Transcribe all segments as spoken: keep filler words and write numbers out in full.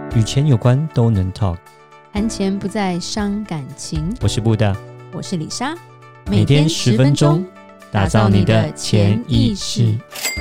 与钱有关都能 talk。 谈钱不再伤感情。 我是布大， 我是李莎， 每天十分钟，打造你的潜意识，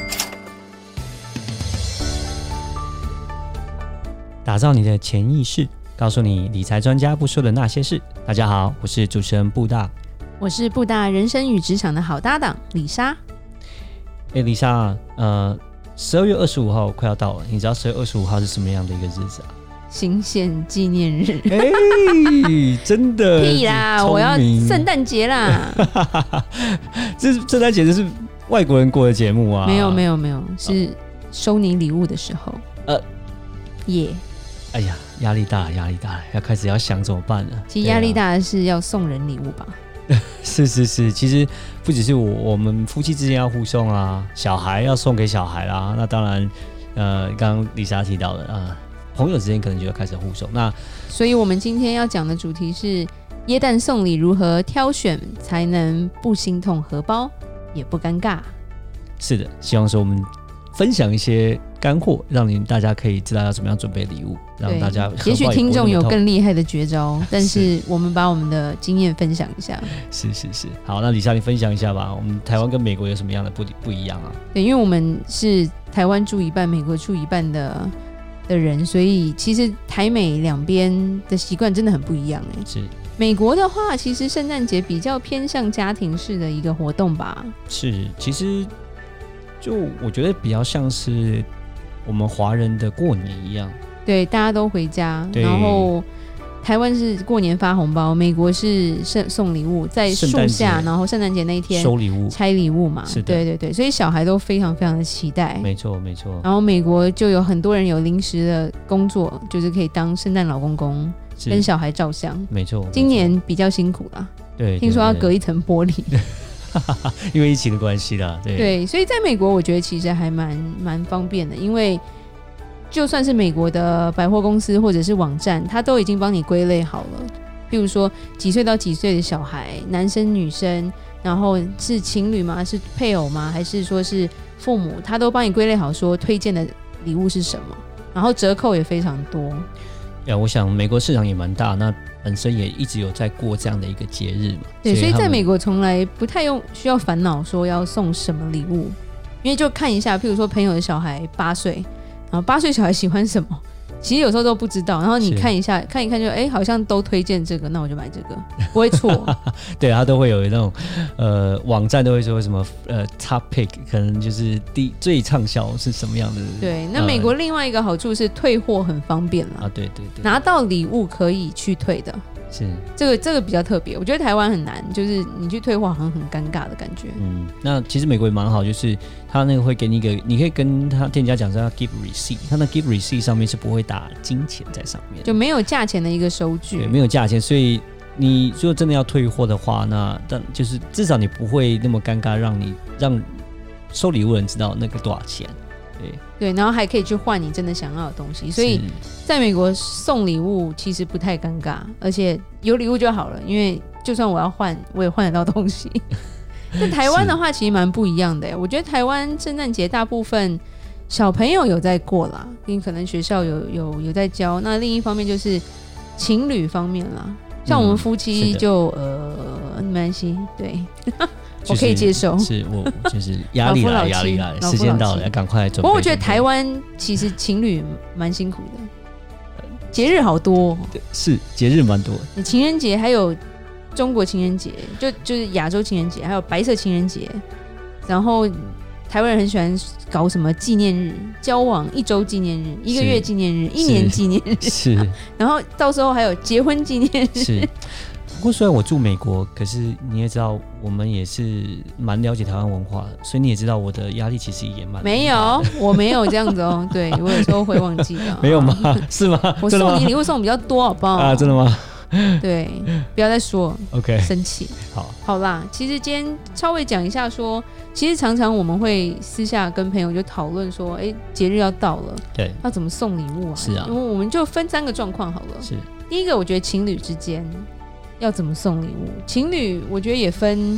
打造你的潜意识，告诉你理财专家不说的那些事。大家好，我是主持人布大。 我是布大人生与职场的好搭档李莎。 哎，李莎，呃，十二月二十五号快要到了，你知道十二月二十五号是什么样的一个日子啊？ 新宪纪念日。 哎，真的屁啦，我要圣诞节啦。 这圣诞节这是外国人过的节目啊？ 没有没有没有，是收你礼物的时候。呃，耶、yeah 哎呀，压力大，压力大，要开始要想怎么办了。 其实压力大的是要送人礼物吧？ 是是是，其实不只是我，我们夫妻之间要互送啊，小孩要送给小孩啦。那当然，呃，刚刚丽莎提到的啊、呃，朋友之间可能就要开始互送。那所以我们今天要讲的主题是耶诞送礼如何挑选才能不心痛荷包，也不尴尬。 是的，希望说我们分享一些干货，让你大家可以知道要怎么样准备礼物，让大家也许听众有更厉害的绝招，但是我们把我们的经验分享一下。 是是是，好，那李莎你分享一下吧，我们台湾跟美国有什么样的 不, 不一样啊？ 对，因为我们是台湾住一半美国住一半的的人，所以其实台美两边的习惯真的很不一样。 是美国的话，其实圣诞节比较偏向家庭式的一个活动吧。 是，其实就我觉得比较像是我们华人的过年一样， 对，大家都回家，然后台湾是过年发红包，美国是送礼物，在树下，然后圣诞节那一天收礼物、拆礼物嘛， 是的， 对对对，所以小孩都非常非常的期待， 没错没错。 然后美国就有很多人有临时的工作，就是可以当圣诞老公公，跟小孩照相， 没错。 今年比较辛苦啦， 对， 听说要隔一层玻璃。 因为疫情的关系啦， 对, 对，所以在美国我觉得其实还蛮蛮方便的，因为就算是美国的百货公司或者是网站，它都已经帮你归类好了，譬如说几岁到几岁的小孩，男生女生，然后是情侣吗？是配偶吗？还是说是父母？他都帮你归类好，说推荐的礼物是什么，然后折扣也非常多。 呀，我想美国市场也蛮大，那本身也一直有在过这样的一个节日嘛。 对，所以在美国从来不太用需要烦恼说要送什么礼物，因为就看一下，譬如说朋友的小孩八岁，然后八岁小孩喜欢什么，其实有时候都不知道，然后你看一下看一看就哎，好像都推荐这个，那我就买这个，不会错。 对，他都会有那种呃网站都会说什么呃 top pick， 可能就是第最畅销是什么样的。 对，那美国另外一个好处是退货很方便啦。 啊，对对对， 拿到礼物可以去退的。 是这个这个比较特别，我觉得台湾很难，就是你去退货好像很尴尬的感觉。 嗯，那其实美国也蛮好，就是他那个会给你一个，你可以跟他店家讲说要 gift receipt， 他那 gift receipt 上面是不会打金钱在上面， 就没有价钱的一个收据， 对，没有价钱，所以你如果真的要退货的话，那但就是至少你不会那么尴尬，让你让收礼物的人知道那个多少钱。对, 对，然后还可以去换你真的想要的东西，所以在美国送礼物其实不太尴尬，而且有礼物就好了，因为就算我要换我也换得到东西。但台湾的话其实蛮不一样的，我觉得台湾圣诞节大部分小朋友有在过啦，因为可能学校有有有在教，那另一方面就是情侣方面啦，像我们夫妻就、嗯、呃没关系，对。我可以接受， 是我就是压力来，压力来，时间到了，要赶快准备。 不过我觉得台湾其实情侣蛮辛苦的，节日好多、哦， 是节日蛮多。 你情人节还有中国情人节，就就是亚洲情人节，还有白色情人节，然后台湾人很喜欢搞什么纪念日，交往一周纪念日、一个月纪念日、一年纪念日， 是， 然后到时候还有结婚纪念日。 是。不过虽然我住美国，可是你也知道我们也是蛮了解台湾文化的，所以你也知道我的压力其实也蛮大的。 没有，我没有这样子哦。对，我有时候会忘记的。 没有吗？是吗？ 我送你礼物送比较多，好不好？ 啊，真的吗？ 对，不要再说 OK 生气。 好好啦，其实今天稍微讲一下说，其实常常我们会私下跟朋友就讨论说，哎，节日要到了， 对， 要怎么送礼物啊？ 是啊， 因为我们就分三个状况好了。 是， 第一个，我觉得情侣之间要怎么送礼物？情侣我觉得也分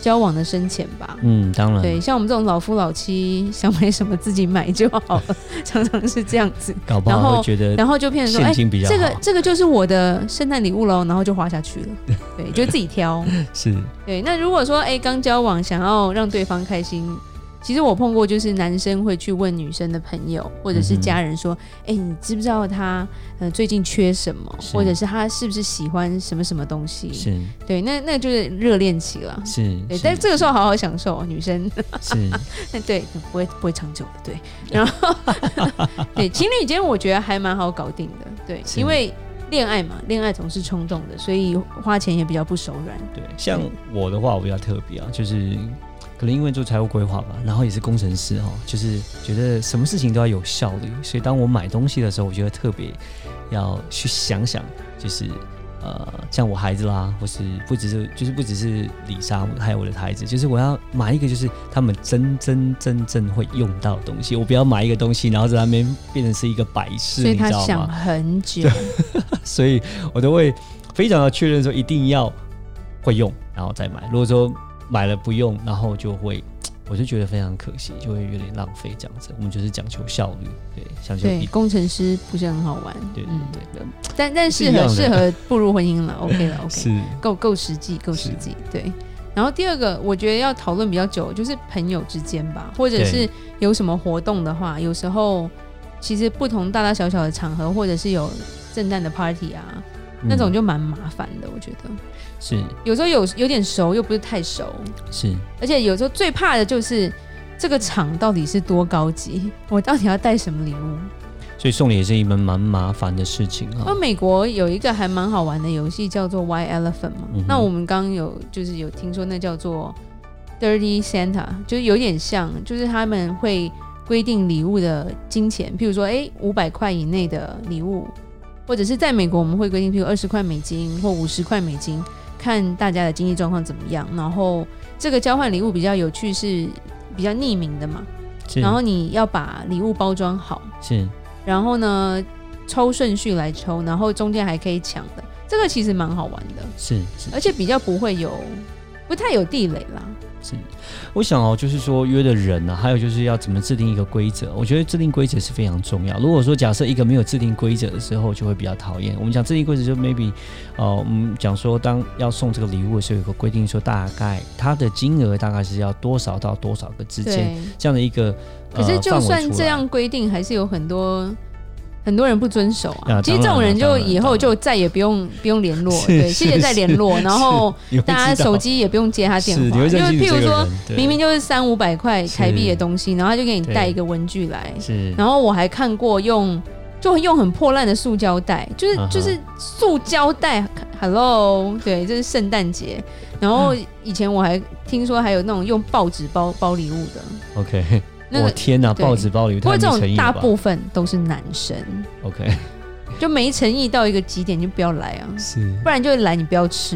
交往的深浅吧。 嗯，当然， 对，像我们这种老夫老妻，想买什么自己买就好了，常常是这样子。 搞不好会觉得， 然后就变成说，哎、欸，这个这个就是我的圣诞礼物喽，然后就花下去了。对，就自己挑。 是， 对。那如果说，哎、欸，刚交往想要让对方开心。其实我碰过，就是男生会去问女生的朋友或者是家人说：“哎、嗯欸，你知不知道他呃最近缺什么，或者是他是不是喜欢什么什么东西？” 是， 对，那那就是热恋期了。 是， 对，但这个时候好好享受，女生是， 对，不会不会长久的，对。然后对情侣间，我觉得还蛮好搞定的，对，因为恋爱嘛，恋爱总是冲动的，所以花钱也比较不手软。 对，像我的话，我比较特别啊，就是。可能因为做财务规划吧，然后也是工程师哦，就是觉得什么事情都要有效率，所以当我买东西的时候，我觉得特别要去想想，就是呃，像我孩子啦，或是不只是就是不只是李莎，还有我的孩子，就是我要买一个就是他们真真真正会用到的东西，我不要买一个东西，然后在那边变成是一个摆饰， 所以他想很久， 所以我都会非常的确认说一定要会用，然后再买。如果说买了不用，然后就会，我就觉得非常可惜，就会有点浪费这样子。我们就是讲求效率，对，讲求对工程师不是很好玩， 对对对，嗯、 但但适合适合步入婚姻了 ，OK 了 ，OK， 是够够实际，够实际，对。然后第二个，我觉得要讨论比较久，就是朋友之间吧，或者是有什么活动的话，有时候其实不同大大小小的场合，或者是有圣诞的 party 啊，嗯、那种就蛮麻烦的，我觉得。 是， 有时候有有点熟，又不是太熟， 是， 而且有时候最怕的就是这个场到底是多高级，我到底要带什么礼物？ 所以送礼也是一门蛮麻烦的事情啊。 那美国有一个还蛮好玩的游戏叫做 White Elephant 嘛，嗯、那我们刚刚有就是有听说那叫做 Dirty Santa， 就是有点像，就是他们会规定礼物的金钱，譬如说，哎，五百块以内的礼物，或者是在美国我们会规定，譬如二十块美金或五十块美金。看大家的经济状况怎么样，然后这个交换礼物比较有趣，是比较匿名的嘛，然后你要把礼物包装好， 是，然后呢抽顺序来抽，然后中间还可以抢的，这个其实蛮好玩的， 是，是， 而且比较不会有不太有地雷啦。 是，我想哦，就是说约的人啊，还有就是要怎么制定一个规则。我觉得制定规则是非常重要。如果说假设一个没有制定规则的时候，就会比较讨厌。我们讲制定规则，就 maybe， 呃，我们讲说当要送这个礼物的时候，有个规定说大概它的金额大概是要多少到多少个之间这样的一个。 可是就算这样规定，还是有很多。很多人不遵守啊，其实这种人就以后就再也不用不用联络，对，谢谢再联络，然后大家手机也不用接他电话，因为譬如说明明就是三五百块台币的东西，然后他就给你带一个文具来，然后我还看过用就用很破烂的塑胶袋，就是就是塑胶袋 ，Hello， 对，这是圣诞节，然后以前我还听说还有那种用报纸包包礼物的 ，OK。我、那個、天哪！报纸包礼物， 不过这种大部分都是男生 ，OK， 就没诚意到一个极点就不要来啊， 是， 不然就来你不要吃。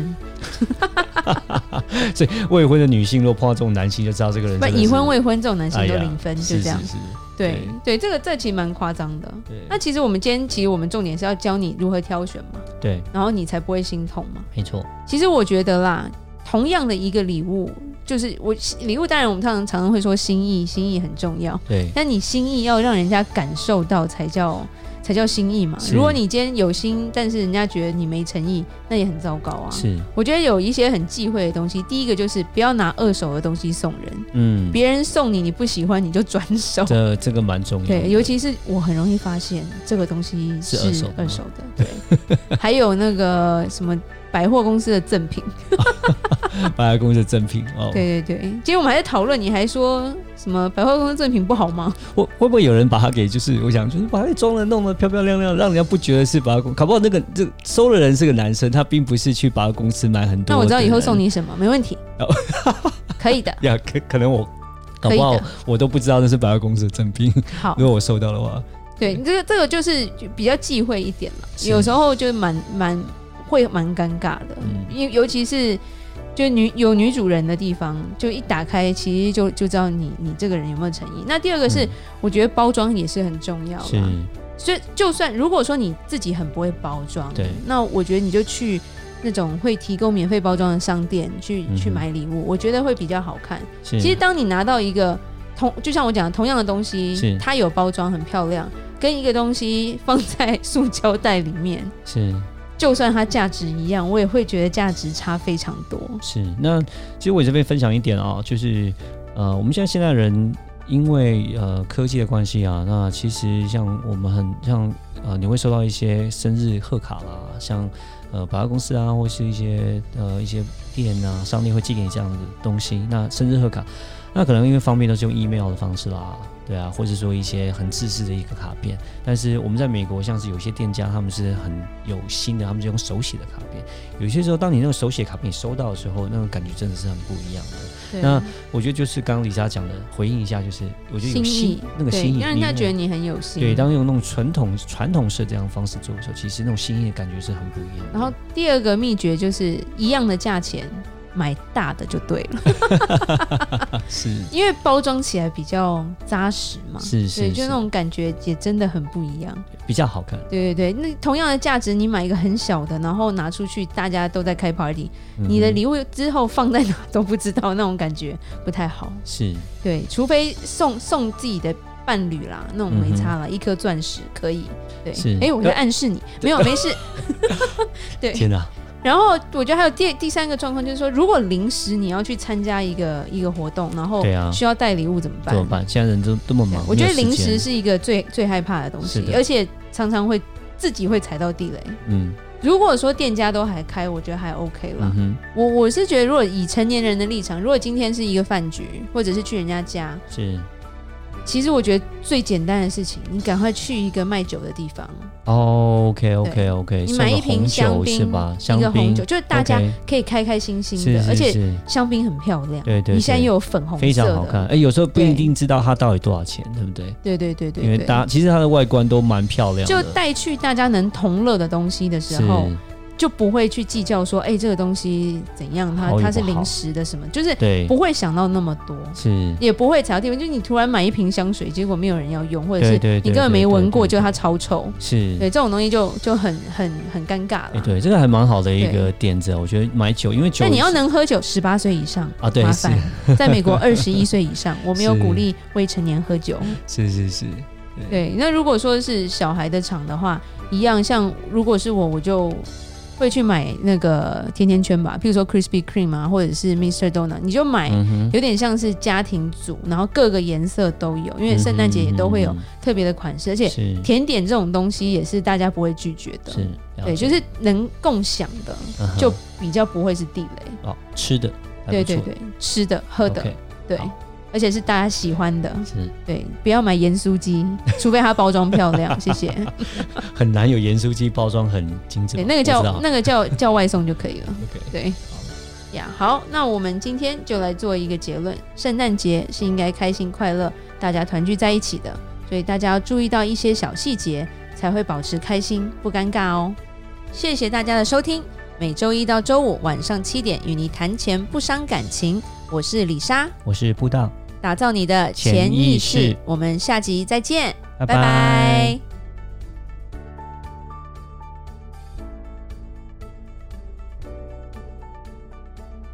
所以未婚的女性如果碰到这种男性，就知道这个人真的是。 已婚未婚这种男性都零分，哎、就这样。 是是是对 对, 对，这个这其实蛮夸张的。那其实我们今天其实我们重点是要教你如何挑选嘛， 对， 然后你才不会心痛嘛。 没错。 其实我觉得啦，同样的一个礼物。就是我礼物，当然我们常常常常会说心意，心意很重要。 对， 但你心意要让人家感受到才叫才叫心意嘛。如果你今天有心，但是人家觉得你没诚意，那也很糟糕啊。 是， 我觉得有一些很忌讳的东西，第一个就是不要拿二手的东西送人。 嗯， 别人送你你不喜欢你就转手。 这这个蛮重要的。 对，尤其是我很容易发现这个东西是二手的。 二手的对，还有那个什么。百货公司的赠品， 百货公司的赠品哦， 对对对，今天我们还在讨论，你还说什么百货公司赠品不好吗？ 会会不会有人把它给，就是我想，就是把它装的弄得漂漂亮亮，让人家不觉得是百货公司？搞不好那个这收的人是个男生，他并不是去百货公司买很多。 那我知道以后送你什么，没问题，可以的。 呀，可可能我搞不好我都不知道那是百货公司的赠品。好，如果我收到的话， 对，这个这个就是比较忌讳一点了，有时候就蛮蛮。会蛮尴尬的，因、嗯、尤其是就女有女主人的地方，就一打开，其实就就知道你你这个人有没有诚意。那第二个是，嗯、我觉得包装也是很重要啦。所以就算如果说你自己很不会包装，对，那我觉得你就去那种会提供免费包装的商店去、嗯、去买礼物，我觉得会比较好看。其实当你拿到一个同，就像我讲同样的东西，它有包装很漂亮，跟一个东西放在塑胶袋里面，是就算它价值一样，我也会觉得价值差非常多。 是，那其实我这边分享一点啊、哦，就是呃，我们现在现代人因为呃科技的关系啊，那其实像我们很像呃，你会收到一些生日贺卡啦，像呃百货公司啊，或是一些呃一些店啊商店会寄给你这样的东西。那生日贺卡，那可能因为方便都是用 email 的方式啦，对啊，或者说一些很自私的一个卡片。但是我们在美国，像是有些店家他们是很有心的，他们就用手写的卡片。有些时候，当你那个手写卡片你收到的时候，那种感觉真的是很不一样的。那我觉得就是刚刚李莎讲的，回应一下，就是我觉得有心那个心意， 让人家觉得你很有心。 对，当用那种传统传统式这样的方式做的时候，其实那种心意的感觉是很不一样的。 然后第二个秘诀就是一样的价钱，买大的就对了。是，因为包装起来比较扎实嘛。是是，对，就那种感觉也真的很不一样， 比较好看。 对对对，那同样的价值，你买一个很小的，然后拿出去，大家都在开 party，、嗯、你的礼物之后放在哪都不知道，那种感觉不太好。是，对，除非送送自己的伴侣啦，那种没差啦，嗯、一颗钻石可以。对，哎，我在暗示你，没有，没事。对， 天哪。 然后我觉得还有第第三个状况，就是说，如果临时你要去参加一个一个活动，然后需要带礼物怎么办？ 怎么办？现在人都这么忙， 我觉得临时是一个最最害怕的东西，而且常常会自己会踩到地雷。嗯，如果说店家都还开，我觉得还 OK 啦。嗯、我我是觉得，如果以成年人的立场，如果今天是一个饭局，或者是去人家家，是。其实我觉得最简单的事情，你赶快去一个卖酒的地方。 哦 ，OK OK OK， 你买一瓶香槟， 是吧？ 一个红酒，就是大家可以开开心心的， okay, 而且香槟很漂亮。 对 对, 对， 你现在又有粉红色的， 非常好看。哎，有时候不一定知道它到底多少钱，对不对？ 对对对对， 因为大家其实它的外观都蛮漂亮的， 就带去大家能同乐的东西的时候。就不会去计较说，哎、欸，这个东西怎样？它它是临时的什么？就是不会想到那么多，是也不会踩到地方。就是你突然买一瓶香水，结果没有人要用，或者是你根本没闻过，就它超臭，是对这种东西就就很很很尴尬了。 欸、对，这个还蛮好的一个点子，我觉得买酒，因为酒， 但你要能喝酒，十八岁以上啊，对，麻烦在美国二十一岁以上，我没有鼓励未成年喝酒。 是是是， 对。对，那如果说是小孩的场的话，一样，像如果是我，我就。会去买那个甜甜圈吧，譬如说 Krispy Kreme 啊，或者是 Mister Donut， 你就买有点像是家庭组，然后各个颜色都有，因为圣诞节也都会有特别的款式，而且甜点这种东西也是大家不会拒绝的，是对，就是能共享的，就比较不会是地雷。 哦，吃的， 对对对，吃的喝的， okay, 对。而且是大家喜欢的，是对，不要买盐酥鸡，除非它包装漂亮，谢谢。 很难有盐酥鸡包装很精致， 那个叫那个叫叫外送就可以了。okay, 对，呀，好，那我们今天就来做一个结论：圣诞节是应该开心快乐，大家团聚在一起的，所以大家要注意到一些小细节，才会保持开心不尴尬哦。谢谢大家的收听，每周一到周五晚上七点与你谈钱不伤感情。我是李莎， 我是布道， 打造你的潜意识。我们下集再见，拜拜。拜拜。